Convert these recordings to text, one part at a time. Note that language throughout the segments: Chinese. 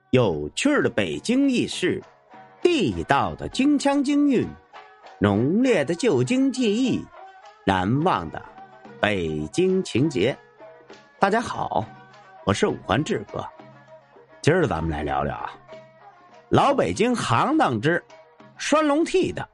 有趣的北京轶事，地道的京腔京韵，浓烈的旧京记忆，难忘的北京情节。大家好，我是五环志哥。今儿咱们来聊聊老北京行当之拴笼屉的。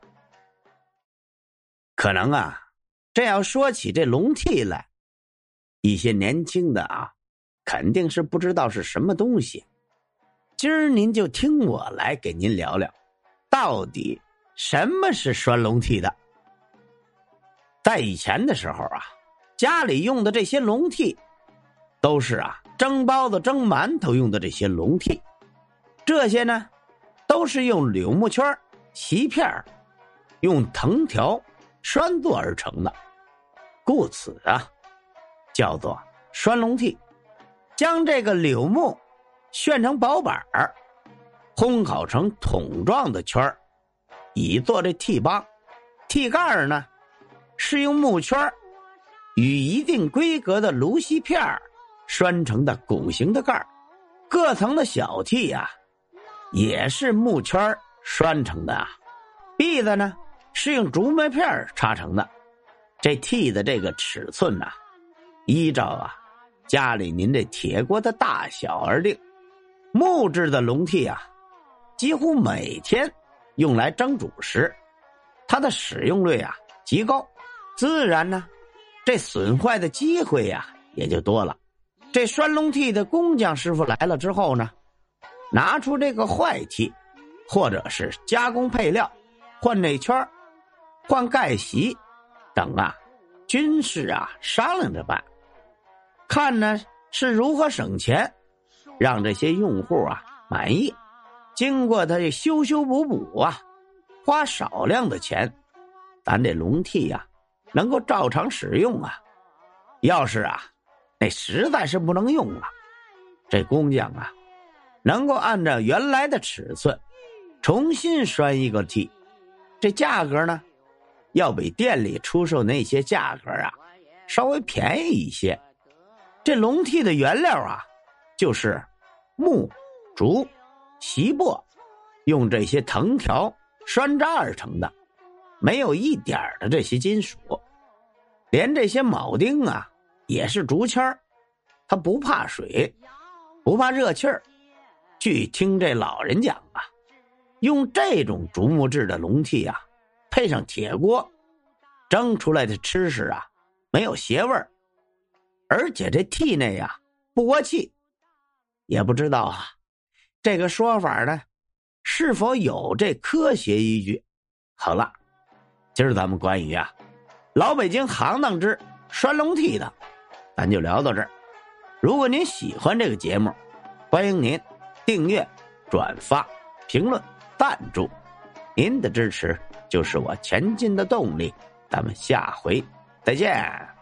可能这要说起这笼屉来，一些年轻的肯定是不知道是什么东西。今儿您就听我来给您聊聊，到底什么是拴笼屉的。在以前的时候家里用的这些笼屉都是蒸包子蒸馒头用的这些笼屉，这些呢都是用柳木圈席片用藤条拴做而成的，故此叫做拴笼屉。将这个柳木旋成薄板烘烤成桶状的圈以做这屉帮。屉盖呢是用木圈与一定规格的芦席片拴成的拱形的盖，各层的小屉也是木圈拴成的篦子呢是用竹篾片插成的。这屉的这个尺寸依照家里您这铁锅的大小而定。木质的笼屉几乎每天用来蒸煮时，它的使用率极高，自然呢这损坏的机会也就多了。这拴笼屉的工匠师傅来了之后呢，拿出这个坏屉，或者是加工配料，换内圈，换盖席等均是商量着办，看呢是如何省钱，让这些用户满意。经过他这修补花少量的钱，咱这笼屉能够照常使用要是那实在是不能用了，这工匠能够按照原来的尺寸重新拴一个屉，这价格呢要比店里出售那些价格稍微便宜一些。这笼屉的原料就是木、竹、席簸，用这些藤条拴扎而成的，没有一点的这些金属，连这些铆钉也是竹签，它不怕水，不怕热气儿。据听这老人讲用这种竹木制的笼屉配上铁锅，蒸出来的吃食没有邪味儿，而且这屉内不过气。也不知道这个说法呢是否有这科学依据。好了，今儿咱们关于老北京行当之拴笼屉的咱就聊到这儿。如果您喜欢这个节目，欢迎您订阅、转发、评论、赞助，您的支持就是我前进的动力。咱们下回再见。